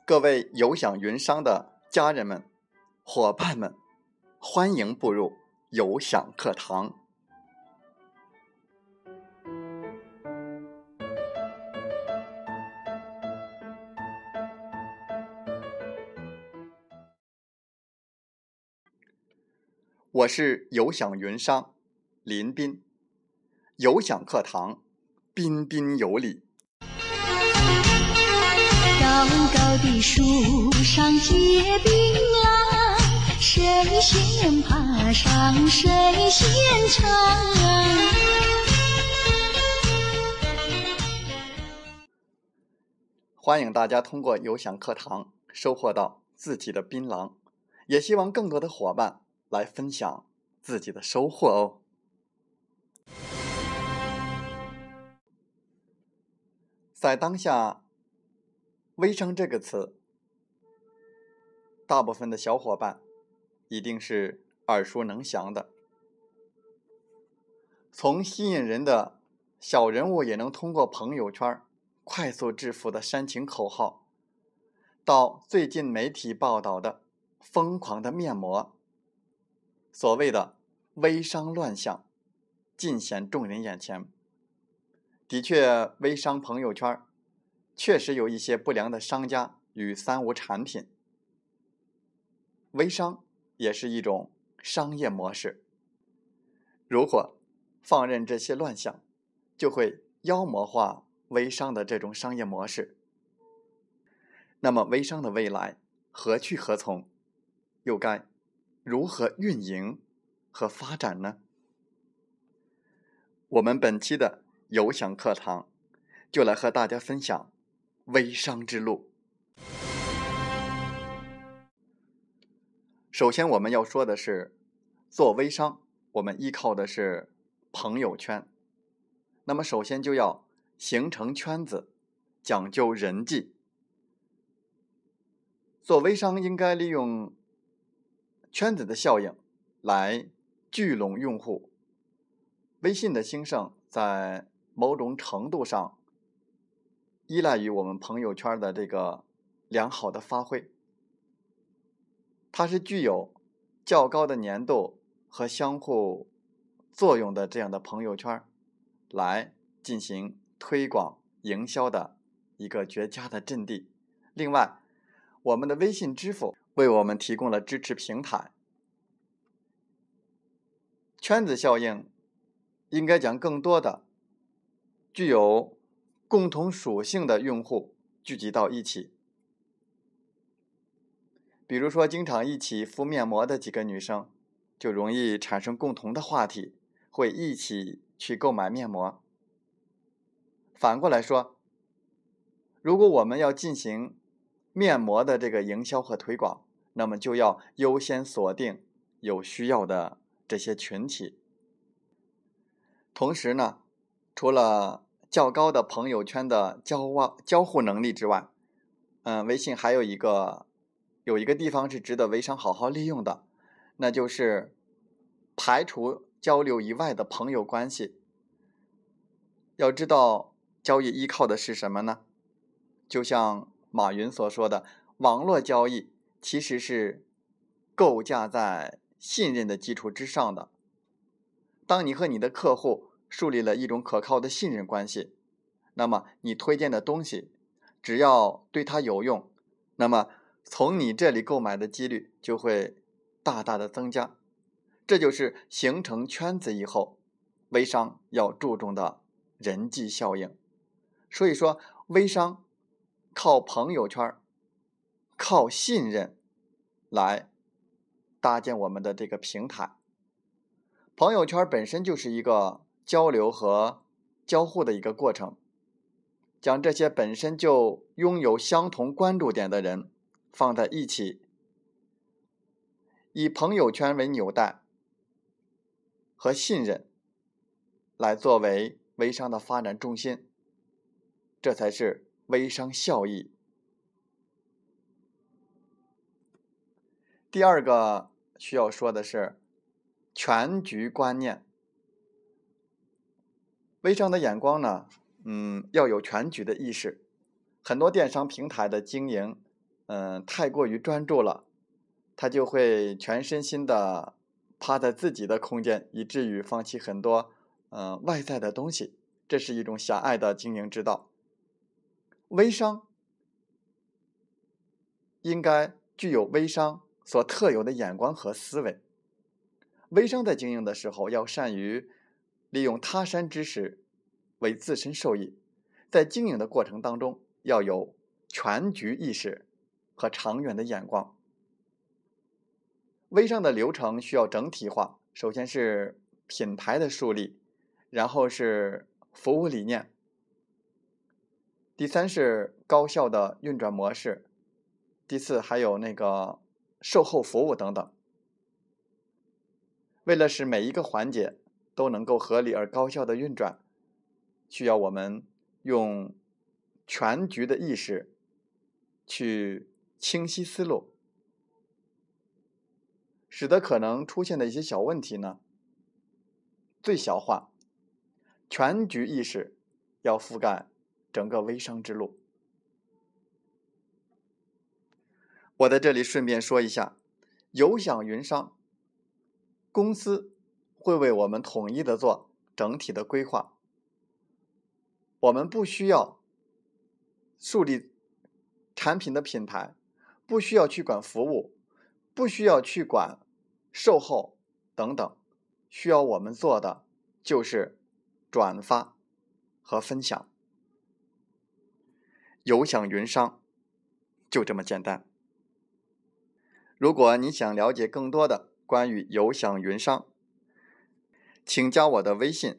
各位有享云商的家人们、伙伴们，欢迎步入有享课堂。我是有享云商林斌，有享课堂，彬彬有礼。 高高的树上结槟榔，谁先爬上谁先尝。 欢迎大家通过有享课堂收获到自己的槟榔，也希望更多的伙伴来分享自己的收获哦。在当下，微商这个词，大部分的小伙伴一定是耳熟能详的。从吸引人的小人物也能通过朋友圈快速致富的煽情口号，到最近媒体报道的疯狂的面膜，所谓的微商乱象尽显众人眼前。的确，微商朋友圈确实有一些不良的商家与三无产品。微商也是一种商业模式，如果放任这些乱象，就会妖魔化微商的这种商业模式。那么微商的未来何去何从，又该如何运营和发展呢？我们本期的有享课堂就来和大家分享微商之路。首先我们要说的是，做微商我们依靠的是朋友圈。那么首先就要形成圈子，讲究人际。做微商应该利用圈子的效应来聚拢用户。微信的兴盛在某种程度上依赖于我们朋友圈的这个良好的发挥，它是具有较高的粘度和相互作用的这样的朋友圈来进行推广营销的一个绝佳的阵地。另外，我们的微信支付为我们提供了支持平台。圈子效应应该讲更多的具有共同属性的用户聚集到一起，比如说经常一起敷面膜的几个女生，就容易产生共同的话题，会一起去购买面膜。反过来说，如果我们要进行面膜的这个营销和推广，那么就要优先锁定有需要的这些群体。同时呢，除了较高的朋友圈的交互能力之外，微信还有一个地方是值得微商好好利用的，那就是排除交流以外的朋友关系。要知道，交易依靠的是什么呢？就像马云所说的，网络交易其实是构架在信任的基础之上的。当你和你的客户树立了一种可靠的信任关系，那么你推荐的东西只要对他有用，那么从你这里购买的几率就会大大的增加。这就是形成圈子以后微商要注重的人际效应。所以说，微商靠朋友圈，靠信任来搭建我们的这个平台。朋友圈本身就是一个交流和交互的一个过程，将这些本身就拥有相同关注点的人放在一起，以朋友圈为纽带和信任来作为微商的发展重心，这才是微商效益。第二个需要说的是全局观念。微商的眼光呢，要有全局的意识。很多电商平台的经营太过于专注了，他就会全身心的趴在自己的空间，以至于放弃很多外在的东西。这是一种狭隘的经营之道。微商应该具有微商所特有的眼光和思维。微商在经营的时候，要善于利用他山之石为自身受益，在经营的过程当中要有全局意识和长远的眼光。微商的流程需要整体化，首先是品牌的树立，然后是服务理念，第三是高效的运转模式，第四还有售后服务等等。为了使每一个环节都能够合理而高效的运转，需要我们用全局的意识去清晰思路，使得可能出现的一些小问题呢最小化。全局意识要覆盖整个微商之路。我在这里顺便说一下，有享云商公司会为我们统一的做整体的规划，我们不需要树立产品的品牌，不需要去管服务，不需要去管售后等等，需要我们做的就是转发和分享。有享云商就这么简单。如果你想了解更多的关于有享云商，请加我的微信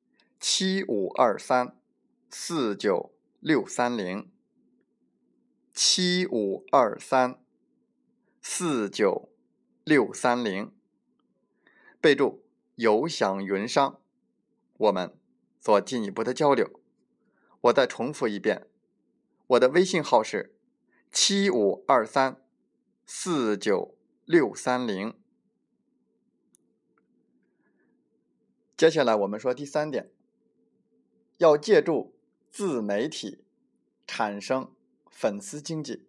7523496630 7523496630，备注有享云商，我们做进一步的交流。我再重复一遍，我的微信号是7523496630。接下来我们说第三点，要借助自媒体产生粉丝经济。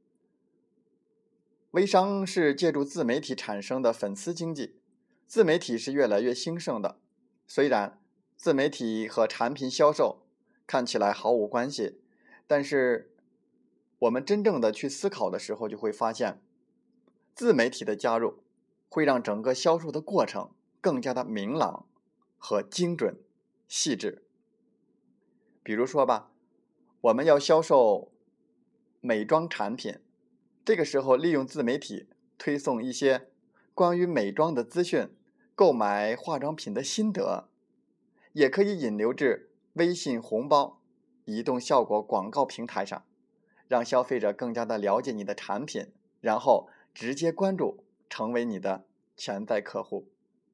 微商是借助自媒体产生的粉丝经济。自媒体是越来越兴盛的，虽然自媒体和产品销售看起来毫无关系，但是我们真正的去思考的时候，就会发现自媒体的加入会让整个销售的过程更加的明朗和精准细致。比如说吧，我们要销售美妆产品，这个时候利用自媒体推送一些关于美妆的资讯，购买化妆品的心得，也可以引流至微信红包、移动效果广告平台上，让消费者更加的了解你的产品，然后直接关注，成为你的潜在客户。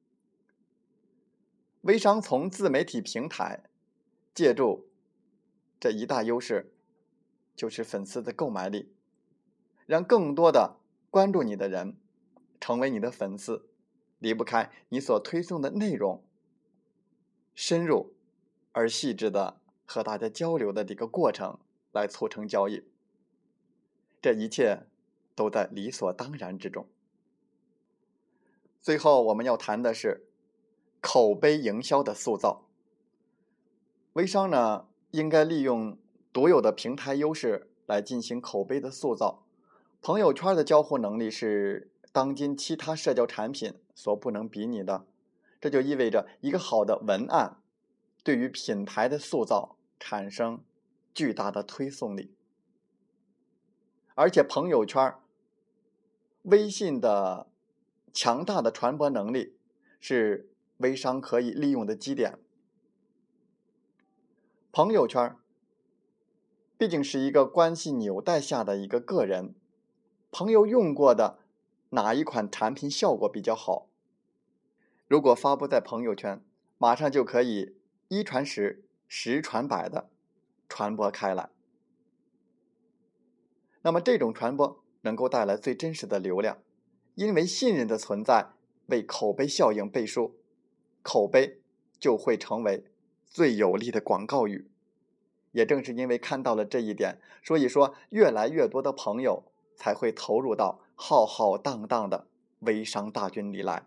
微商从自媒体平台借助这一大优势，就是粉丝的购买力，让更多的关注你的人成为你的粉丝，离不开你所推送的内容，深入而细致的和大家交流的这个过程来促成交易。这一切都在理所当然之中。最后我们要谈的是口碑营销的塑造。微商呢，应该利用独有的平台优势来进行口碑的塑造。朋友圈的交互能力是当今其他社交产品所不能比拟的，这就意味着一个好的文案对于品牌的塑造产生巨大的推送力。而且朋友圈、微信的强大的传播能力是微商可以利用的基点。朋友圈毕竟是一个关系纽带下的一个个人，朋友用过的哪一款产品效果比较好，如果发布在朋友圈，马上就可以一传十，十传百的传播开来。那么这种传播能够带来最真实的流量，因为信任的存在为口碑效应背书，口碑就会成为最有力的广告语。也正是因为看到了这一点，所以说越来越多的朋友才会投入到浩浩荡荡的微商大军里来。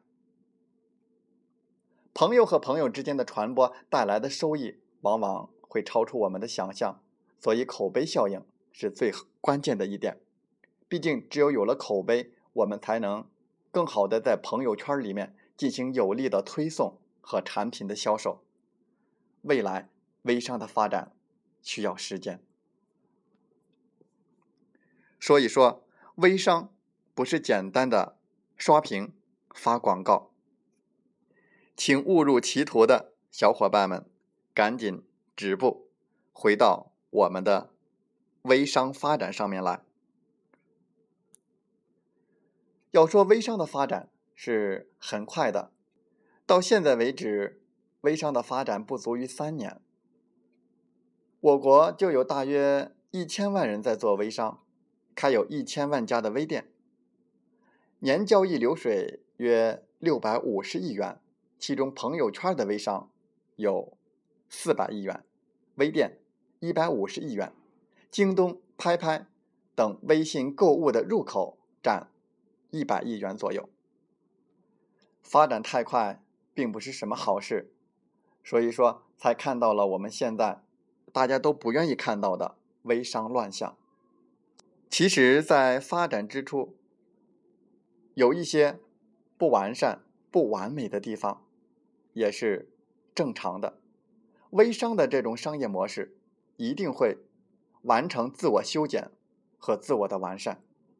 朋友和朋友之间的传播带来的收益往往会超出我们的想象，所以口碑效应是最关键的一点。毕竟只有了口碑，我们才能更好的在朋友圈里面进行有力的推送和产品的销售。未来微商的发展需要时间。所以说，微商不是简单的刷屏发广告。请误入歧途的小伙伴们赶紧止步，回到我们的微商发展上面来。要说微商的发展是很快的，到现在为止，微商的发展不足于3年，我国就有大约1000万人在做微商，开有1000万家的微店，年交易流水约650亿元，其中朋友圈的微商有400亿元，微店150亿元，京东、拍拍等微信购物的入口占100亿元左右。发展太快并不是什么好事，所以说才看到了我们现在大家都不愿意看到的微商乱象。其实在发展之初，有一些不完善、不完美的地方，也是正常的。微商的这种商业模式一定会完成自我修剪和自我的完善。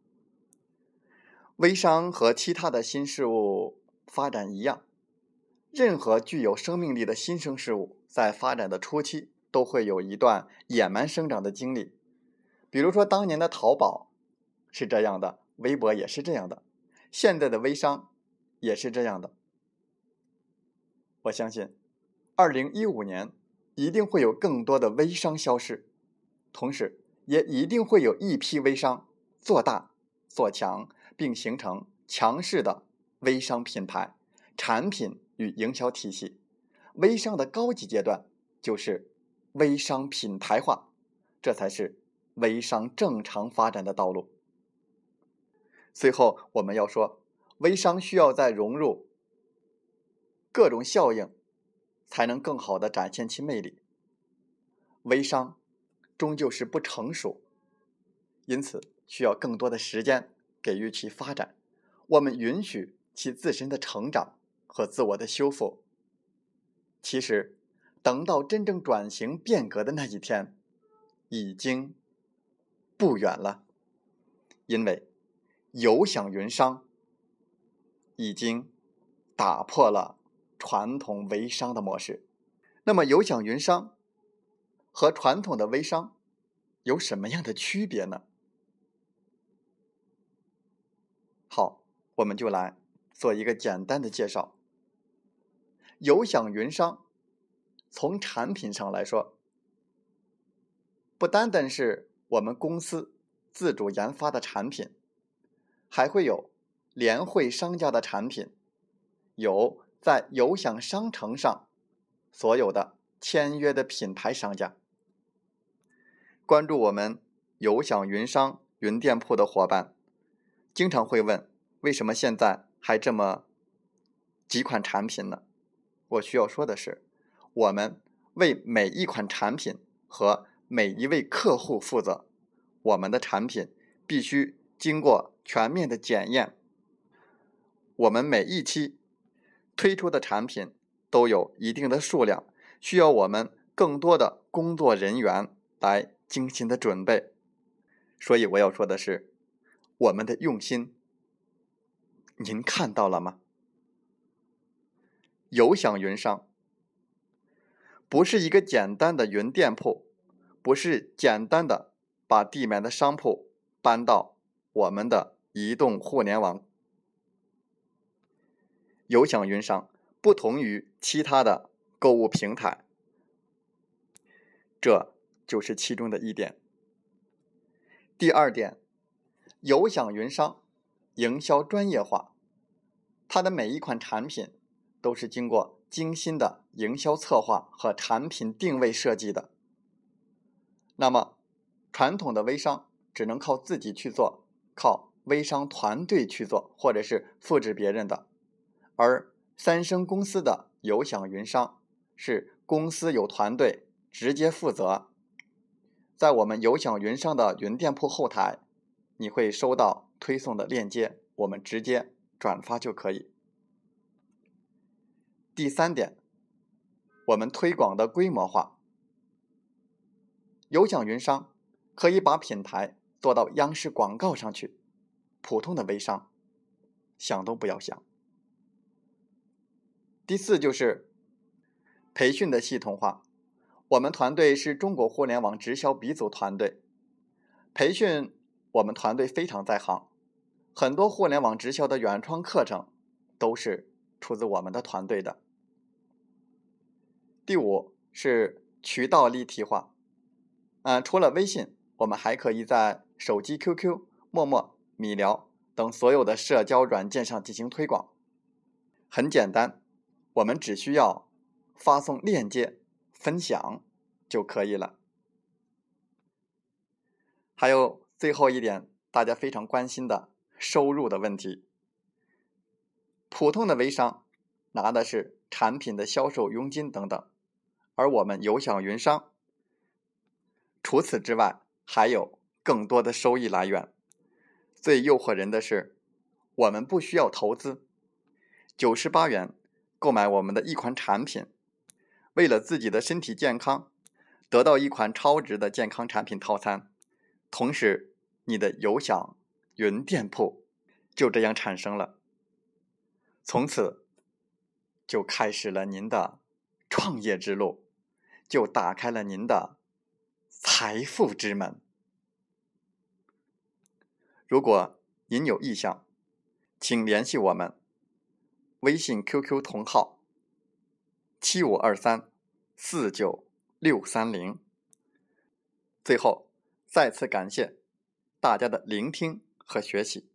微商和其他的新事物发展一样，任何具有生命力的新生事物在发展的初期都会有一段野蛮生长的经历。比如说当年的淘宝是这样的，微博也是这样的，现在的微商也是这样的。我相信2015年一定会有更多的微商消失，同时也一定会有一批微商做大做强，并形成强势的微商品牌、产品与营销体系。微商的高级阶段就是微商品牌化，这才是微商正常发展的道路。最后我们要说，微商需要再融入各种效应，才能更好地展现其魅力。微商终究是不成熟，因此需要更多的时间给予其发展，我们允许其自身的成长和自我的修复。其实等到真正转型变革的那一天已经不远了，因为有享云商已经打破了传统微商的模式。那么有享云商和传统的微商有什么样的区别呢？好，我们就来做一个简单的介绍。有享云商从产品上来说，不单单是我们公司自主研发的产品，还会有联汇商家的产品，有在有享商城上所有的签约的品牌商家。关注我们有享云商云店铺的伙伴经常会问，为什么现在还这么几款产品呢？我需要说的是，我们为每一款产品和每一位客户负责，我们的产品必须经过全面的检验，我们每一期推出的产品都有一定的数量，需要我们更多的工作人员来精心的准备。所以我要说的是，我们的用心您看到了吗？有享云商不是一个简单的云店铺，不是简单的把地面的商铺搬到我们的移动互联网。有享云商不同于其他的购物平台，这就是其中的一点。第二点，有享云商营销专业化，它的每一款产品都是经过精心的营销策划和产品定位设计的。那么传统的微商只能靠自己去做， 靠微商团队去做，或者是复制别人的。而三生公司的有享云商是公司有团队直接负责。在我们有享云商的云店铺后台，你会收到推送的链接，我们直接转发就可以。第3点，我们推广的规模化。有享云商可以把品牌做到央视广告上去，普通的微商想都不要想。第4就是培训的系统化。我们团队是中国互联网直销鼻祖团队，培训我们团队非常在行，很多互联网直销的原创课程都是出自我们的团队的。第5是渠道立体化。除了微信，我们还可以在手机 QQ、陌陌、米聊等所有的社交软件上进行推广。很简单，我们只需要发送链接分享就可以了。还有最后一点，大家非常关心的收入的问题。普通的微商拿的是产品的销售佣金等等，而我们有享云商除此之外还有更多的收益来源。最诱惑人的是，我们不需要投资，98元购买我们的一款产品，为了自己的身体健康，得到一款超值的健康产品套餐，同时你的有享云店铺就这样产生了，从此就开始了您的创业之路，就打开了您的财富之门。如果您有意向，请联系我们，微信 QQ 同号7523-49630。最后再次感谢大家的聆听和学习。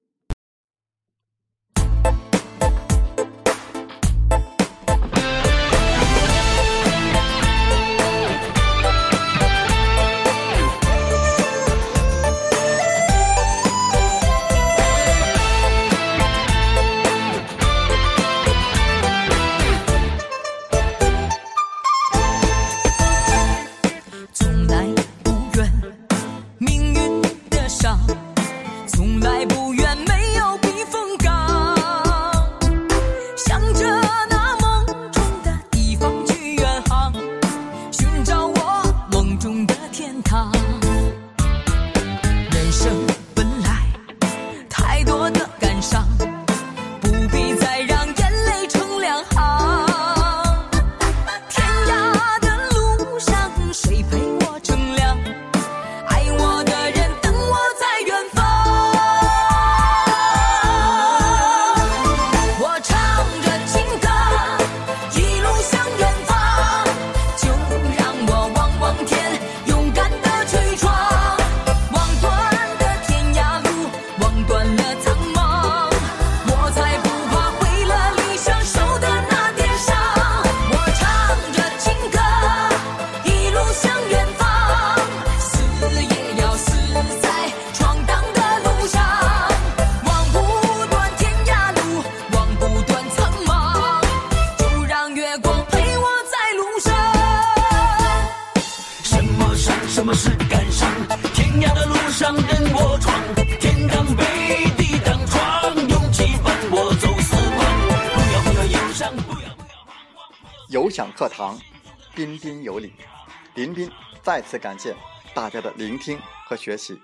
什么是感伤？天涯的路上任我闯，天南北地当闯，勇气伴我走四方。不要忧伤，不要有享课堂，彬彬有礼。林彬再次感谢大家的聆听和学习。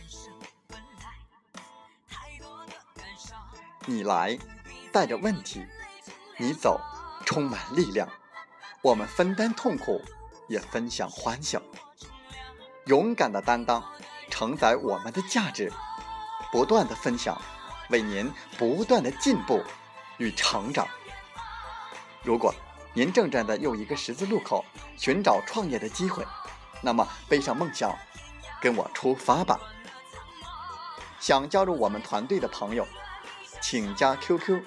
你来带着问题，你走充满力量。我们分担痛苦，也分享欢笑。勇敢的担当，承载我们的价值，不断的分享，为您不断的进步与成长。如果您正站在又一个十字路口，寻找创业的机会，那么背上梦想，跟我出发吧。想加入我们团队的朋友，请加 QQ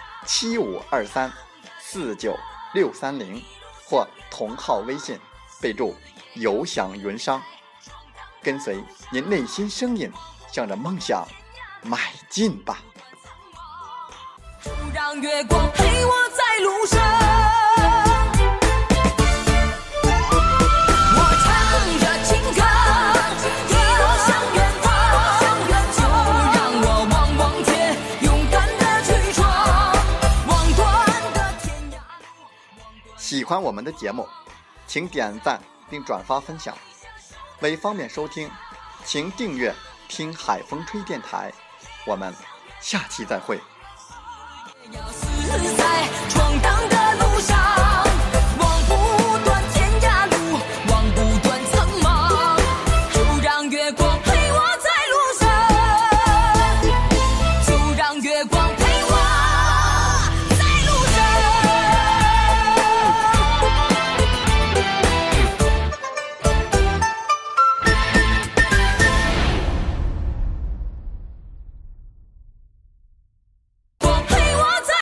7523-49630或同号微信，备注有享云商，跟随您内心声音，向着梦想迈进吧。 就让月光陪我在路上，我唱着情歌，一路向远方，就让我望望天，勇敢的去闯，望断的天涯。 喜欢我们的节目，请点赞并转发分享。为方便收听，请订阅听海风吹电台。我们下期再会。 要死在闯荡的